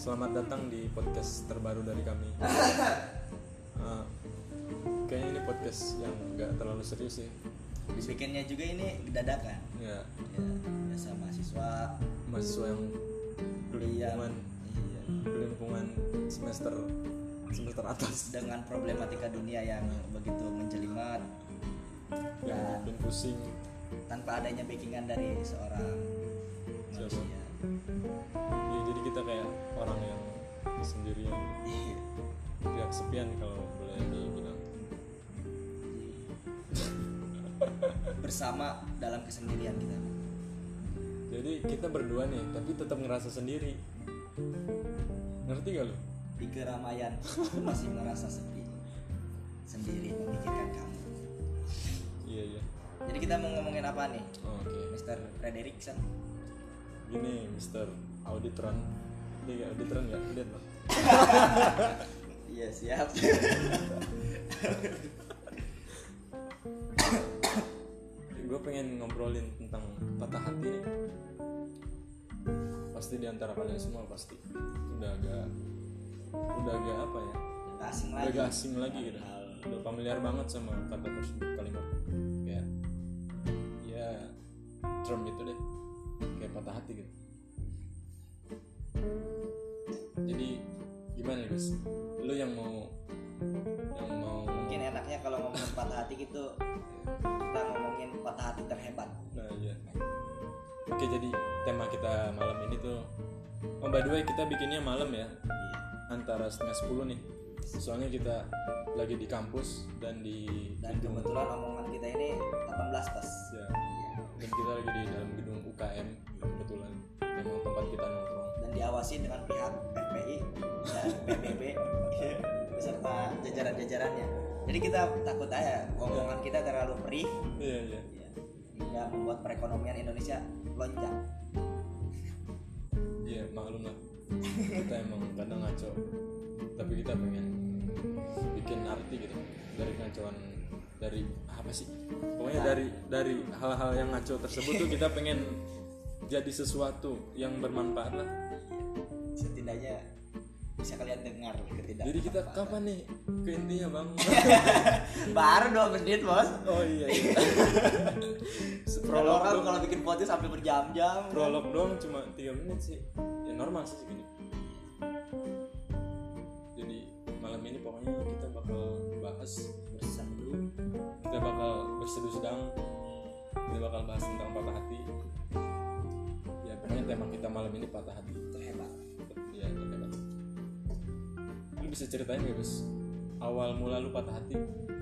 Selamat datang di podcast terbaru dari kami. Kayaknya ini podcast yang gak terlalu serius sih. Bikinnya juga ini dadakan. Ya, Biasa mahasiswa yang kelimpungan semester atas dengan problematika dunia yang begitu menjelimet yang bikin pusing tanpa adanya backingan dari seorang manusia. Ya, jadi kita kayak orang yang sendirian, tidak kesepian kalau boleh dibilang. Bersama dalam kesendirian kita. Jadi kita berdua nih, tapi tetap ngerasa sendiri. Ngerti gak lo? Di keramaian aku masih merasa sepi, sendiri memikirkan kamu. Iya. Jadi kita mau ngomongin apa nih? Oke. Mr. Frederickson. Gini, Mr. Auditron. Ini gak Auditron gak? Lihat Pak. Iya siap. Gue pengen ngobrolin tentang patah hati nih. Pasti diantara kalian semua pasti udah agak apa ya? Udah agak asing lagi gitu. Udah familiar banget sama kata tersebut, kalimat kayak ya term itu deh, kayak patah hati gitu. Jadi gimana nih guys? Lu yang mau mungkin enaknya kalau ngomongin patah hati gitu kita ngomongin patah hati terhebat. Nah iya. Oke, jadi tema kita malam ini tuh, by the way kita bikinnya malam ya, antara 9:30 nih. Soalnya kita lagi di kampus dan kebetulan omongan kita ini 18 plus. Ya. Dan kita lagi di dalam gedung UKM kebetulan, memang tempat kita nongkrong. Dan diawasi dengan pihak FPI dan PBB beserta jajaran-jajarannya. Jadi kita takut aja omongan kita terlalu perih. Iya. Hingga membuat perekonomian Indonesia lonjak. Iya, maklum lah. Kita emang kadang ngaco, tapi kita pengen bikin arti gitu dari ngacauan, dari apa sih? Pokoknya dari hal-hal yang ngaco tersebut tuh kita pengen jadi sesuatu yang bermanfaat lah. Setidaknya bisa kalian dengar ketidakmanfaatan. Jadi kita kapan nih ke intinya bang? Baru 2 menit bos. Oh iya. Prolog orang kalau bikin podcast sampai berjam-jam. Prolog doang cuma 3 menit sih. Ya normal sih segini. Jadi malam ini pokoknya kita bakal bahas bersendu. Kita bakal berseduh sedang. Kita bakal bahas tentang patah hati. Ya pokoknya tema kita malam ini patah hati terhebat. Iya terhebat. Lu bisa ceritain gak Gus? Awal mula lu patah hati?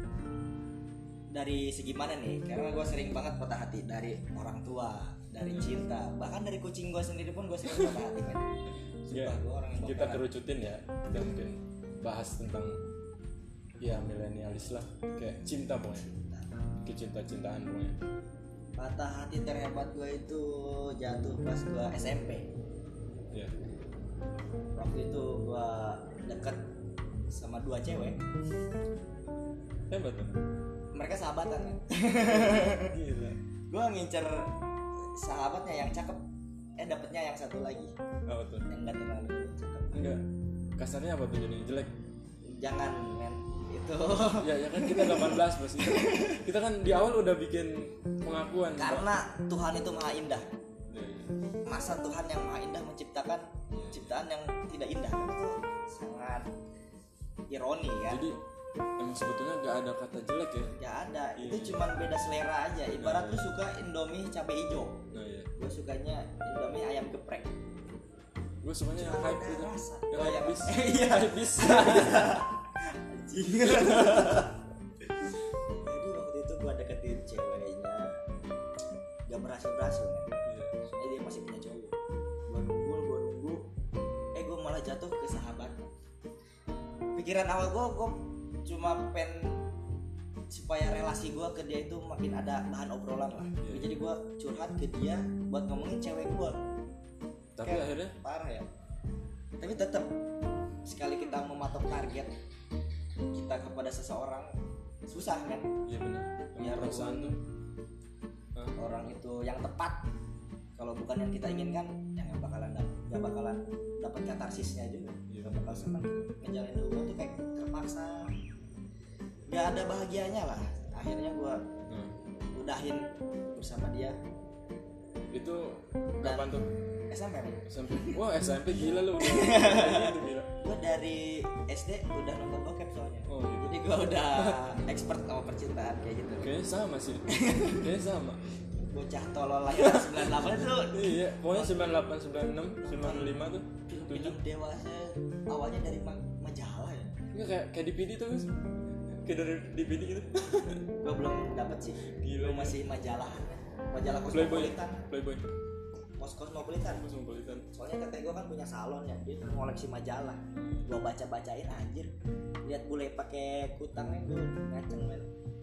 Dari segi mana nih? Karena gue sering banget patah hati dari orang tua, dari cinta, bahkan dari kucing gue sendiri pun gue sering patah hati kan. Ya, kita kerucutin ya, kita mungkin bahas tentang ya milenialis lah, kayak cinta pokoknya, kecinta-cintaan pokoknya. Patah hati terhebat gue itu jatuh pas gue SMP. Ya. Waktu itu gue deket sama 2 cewek. Hebat kan? Mereka sahabatan kan. Gila. Gue ngincer sahabatnya yang cakep, dapetnya yang satu lagi. Apa tuh? Yang gak terlalu cakep. Enggak. Kasarnya apa tuh jadi jelek? Jangan men itu. Ya kan kita 18 pasti. Kita kan di awal udah bikin pengakuan. Karena Tuhan itu maha indah. Ya. Masa Tuhan yang maha indah menciptakan ciptaan yang tidak indah, kan itu sangat ironi kan. Jadi emang sebetulnya gak ada kata jelek ya? Gak ada, Iya. itu cuma beda selera aja. Ibarat lu suka Indomie cabai hijau, Nah iya. gue sukanya Indomie ayam geprek. Gue sukanya yang hype gitu. Yang hype bis. Iya. Hype bis. Anjing. Jadi waktu itu gue deketin ceweknya, gak berhasil men. Soalnya dia masih punya cowok. Gue nunggu, gue malah jatuh ke sahabat. Pikiran awal gue cuma supaya relasi gue ke dia itu makin ada bahan obrolan lah. Jadi gue curhat ke dia buat ngomongin cewek gue. Tapi Kayak akhirnya parah ya. Tapi tetap sekali kita mematok target kita kepada seseorang susah kan. iya benar. Biar Perasaan tuh orang itu yang tepat. Kalau bukan yang kita inginkan, ya nggak bakalan nggak bakalan dapat katarsisnya juga, nggak bakal senang ngejalanin hubungan tuh kayak terpaksa, nggak ada bahagianya lah. Akhirnya gue udahin bersama dia. Itu kapan tuh? SMP. Wah SMP gila lu udah gitu gila. Gue dari SD udah nonton bokep soalnya. Oh, gitu. Jadi gue udah expert sama percintaan kayak gitu. Kayaknya sama sih. Kayaknya sama. Bocah tolol lahiran 98 itu. Iya, pokoknya 98, 96, 95 tuh. Film dewasa awalnya dari majalah ya. Enggak kayak DVD tuh guys. Kayak dari DVD gitu. Gue belum dapet sih. Gila, Gue masih majalah Playboy. Cosmopolitan. Cosmopolitan. Soalnya teteh gue kan punya salon ya, dia ngoleksi majalah. Gue bacain anjir. Lihat bule pakai kutangnya gue ngaceng men.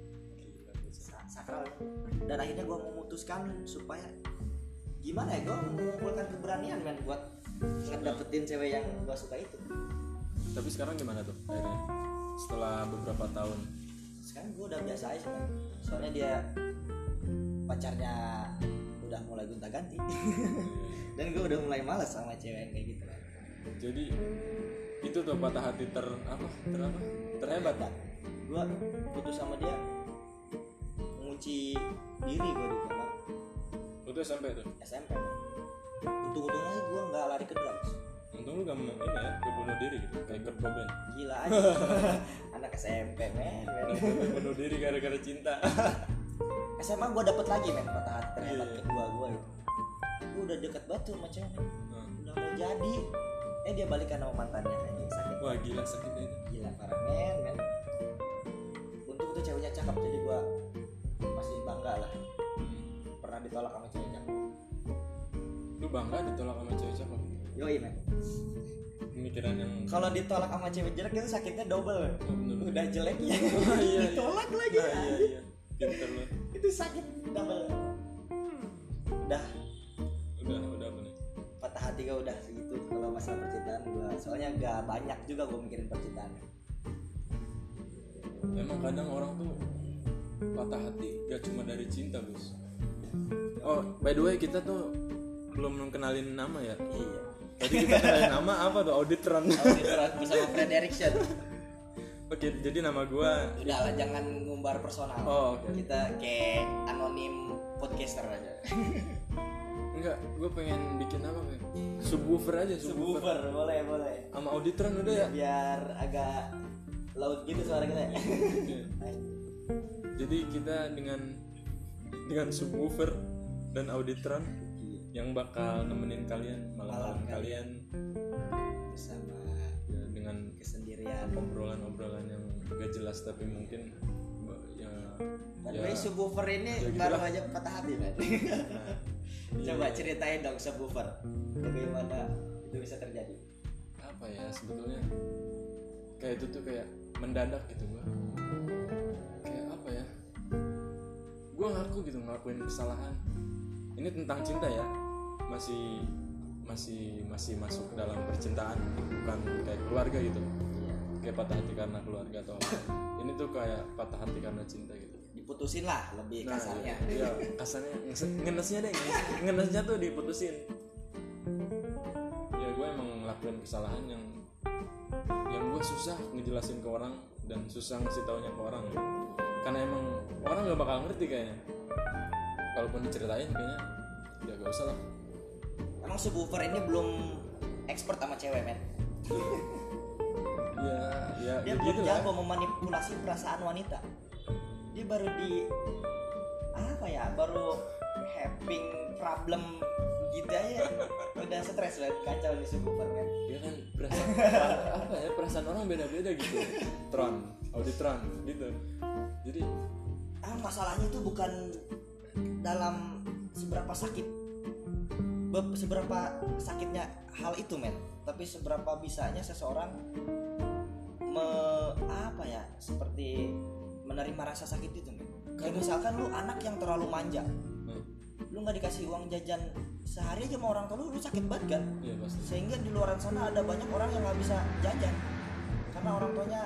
Sakral. Dan akhirnya gue memutuskan supaya gimana ya, gue mengumpulkan keberanian men buat ngedapetin cewek yang gue suka itu. Tapi sekarang gimana tuh akhirnya? Setelah beberapa tahun. Sekarang gue udah biasa aja men. Soalnya dia pacarnya udah mulai gonta-ganti. Dan gue udah mulai malas sama cewek yang kayak gitu kan. Jadi itu tuh patah hati terhebat Pak. Gue putus sama dia mengunci diri gue di kamar. Itu SMP. Untung-untungnya gue nggak lari ke drugs. Untung lu gak mau ini ya, gak bunuh diri gitu, kayak Kurt Cobain. Gila aja. Anak SMP men. Bunuh diri gara-gara cinta. SMA gue dapet lagi men patah hati terhebat kedua gue itu. Gue udah deket banget tuh sama cewek. Udah mau jadi. Dia balikan sama mantannya anjing, sakit. Wah gila sakitnya itu. Gila parah men. Untung tuh ceweknya cakep, jadi gue masih bangga lah. Pernah ditolak sama cewek cakep. Lu bangga ditolak sama cewek cakep? Yoi men. Pemikiran yang Kalau ditolak sama cewek jelek itu sakitnya double. bener. Udah jelek ya. Iya. Ditolak lagi. Iya. Pinter lu. Itu sakit double. Udah Udah apa nih? patah hati gue udah segitu kalau masalah percintaan gue. Soalnya gak banyak juga gue mikirin percintaan. Emang kadang orang tuh patah hati gak cuma dari cinta bos. Oh by the way kita tuh belum kenalin nama ya. Iya. Tadi kita kenalin nama apa tuh? Auditron. Bersama Fred Erickson. Oke, jadi nama gua. Udah lah, jangan ngumbar personal. Oh, oke. Kita kayak anonim podcaster aja. Enggak, gua pengen bikin apa ya? Subwoofer aja, Subwoofer, boleh. Sama Auditron udah ya. Biar agak laut gitu suara kita. Oke. Jadi kita dengan Subwoofer dan Auditron yang bakal nemenin kalian malam kalian bersama ya, dengan kesendirian. obrolan yang gak jelas tapi mungkin ya. Tapi Subwoofer ini ya baru gitulah. aja patah hati man. Coba ceritain dong Subwoofer, bagaimana itu bisa terjadi? Apa ya sebetulnya kayak itu tuh kayak mendadak gitu gua. Kayak apa ya? Gua ngaku gitu ngelakuin kesalahan. Ini tentang cinta ya. Masih masuk dalam percintaan, bukan kayak keluarga gitu. Kayak patah hati karena keluarga atau apa. Ini tuh kayak patah hati karena cinta gitu. Diputusin lah lebih kasarnya. Iya, kasarnya ngenesnya deh. Ngenesnya tuh diputusin. Ya gue emang ngelakuin kesalahan yang gue susah ngejelasin ke orang dan susah ngasih taunya ke orang. Karena emang orang gak bakal ngerti kayaknya. Kalaupun diceritain kayaknya ya gak usah lah. Emang Subwoofer ini belum expert sama cewek men. Ya Dia belum jago memanipulasi perasaan wanita. Dia baru baru having problem gitu aja udah stres banget, kacau nih Subwoofer men. Dia kan perasaan orang beda-beda gitu. Auditron gitu. Jadi Masalahnya itu bukan dalam seberapa sakitnya hal itu men, tapi seberapa bisanya seseorang seperti menerima rasa sakit itu men. Kayak misalkan lu anak yang terlalu manja, lu nggak dikasih uang jajan sehari aja sama orang tua lu sakit banget kan? Iya pasti. Sehingga di luar sana ada banyak orang yang nggak bisa jajan karena orang tuanya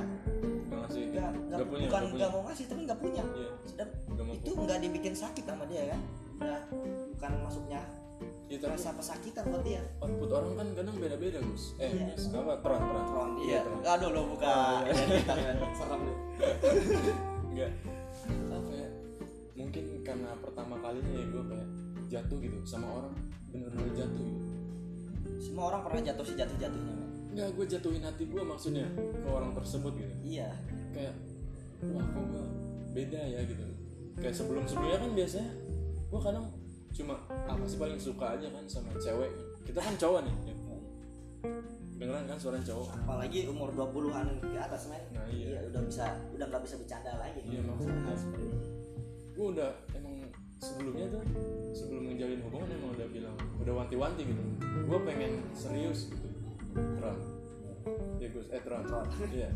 nggak mau ngasih tapi nggak punya. Iya. Sedang Gak itu nggak dibikin sakit sama dia kan? Udah bukan masuknya Ya, tapi rasa pesakitan buat dia. output orang kan kadang beda-beda Gus. Iya. Gus, apa Tron. Iya. Aduh lo buka identitas kan. Serem lu. Enggak. Apa ya? Mungkin karena pertama kalinya ya gue kayak jatuh gitu sama orang, bener-bener jatuh gitu. Semua orang pernah jatuh sejatuh-jatuhnya men. Enggak, gue jatuhin hati gue maksudnya ke orang tersebut gitu. Iya. Kayak wah kok gue beda ya gitu. Kayak sebelumnya kan biasanya gue kadang cuma apa sih paling suka aja kan sama cewek. Kita kan cowok nih ya. Kedengeran kan suara cowok. Apalagi umur 20-an ke atas men. Nah, iya. Udah nggak bisa bercanda lagi. Iya, maksudnya gue udah emang sebelumnya tuh sebelum menjalin hubungan emang udah bilang, udah wanti-wanti gitu, gue pengen serius gitu. Tron ya Gus, Tron iya.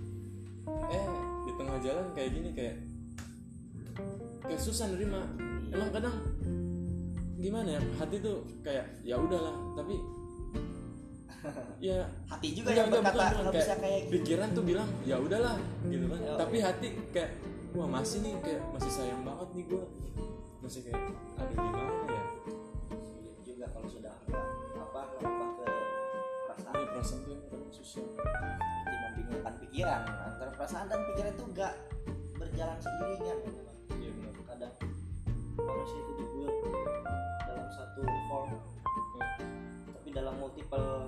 Di tengah jalan kayak gini, kayak susah nerima. Emang kadang gimana ya, hati tuh kayak ya udahlah, tapi ya hati juga yang berkata nggak bisa kayak gitu. Pikiran tuh bilang ya udahlah gitu kan, tapi hati kayak wah masih nih, kayak masih sayang banget nih gue, masih kayak ada gimana ya. Sulit juga kalau sudah merubah ke perasaan. Ini perasaan tuh kadang susah. Jadi membingungkan pikiran antara perasaan dan pikiran itu nggak berjalan seiringan ya memang. Iya benar. Kadang manusia itu dibuat dalam satu form, tapi dalam multiple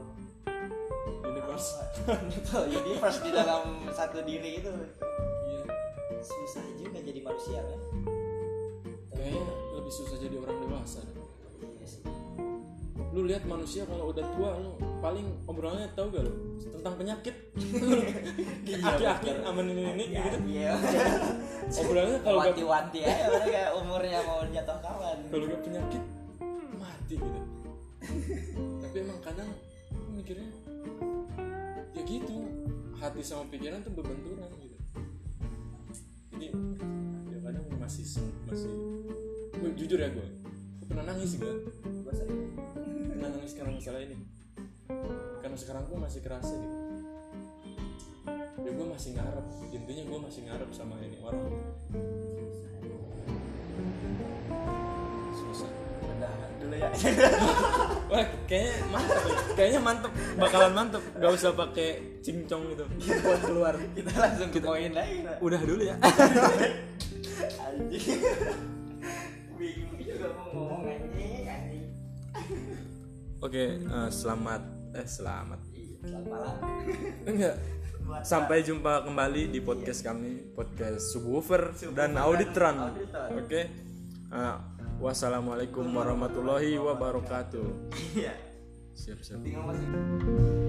universe di dalam satu diri itu. Iya. Susah juga jadi manusia kan. Kayaknya lebih susah jadi orang dewasa deh. Iya sih. Lu lihat manusia kalau udah tua, lu paling obrolannya tahu gak lu tentang penyakit. Aki-aki sama nenek gitu. Iya. Obrolannya kalau gak wanti-wanti aja mereka umurnya mau jatuh kawan. Kalau gak penyakit mati gitu. Tapi emang kadang mikirnya ya gitu, hati sama pikiran tuh berbenturan gitu. Jadi ya kadang masih gue jujur ya, gue pernah nangis gue pernah nangis karena masalah ini, karena sekarang gue masih kerasa gitu. Ya gue masih ngarep, intinya gue masih ngarep sama ini orang. Susah. Udahan dulu ya. Wah, kayaknya mantep, bakalan mantep. Gak usah pakai cincong gitu buat keluar. Kita langsung ke poin lagi. Udah dulu ya. Anjing. Bingung juga mau ngomong anjing. Oke, selamat. Selamat malam. Enggak. Sampai jumpa kembali di podcast kami, podcast Subwoofer dan Auditron. Oke. Wassalamualaikum warahmatullahi wabarakatuh. Iya. Siap. Tinggal masih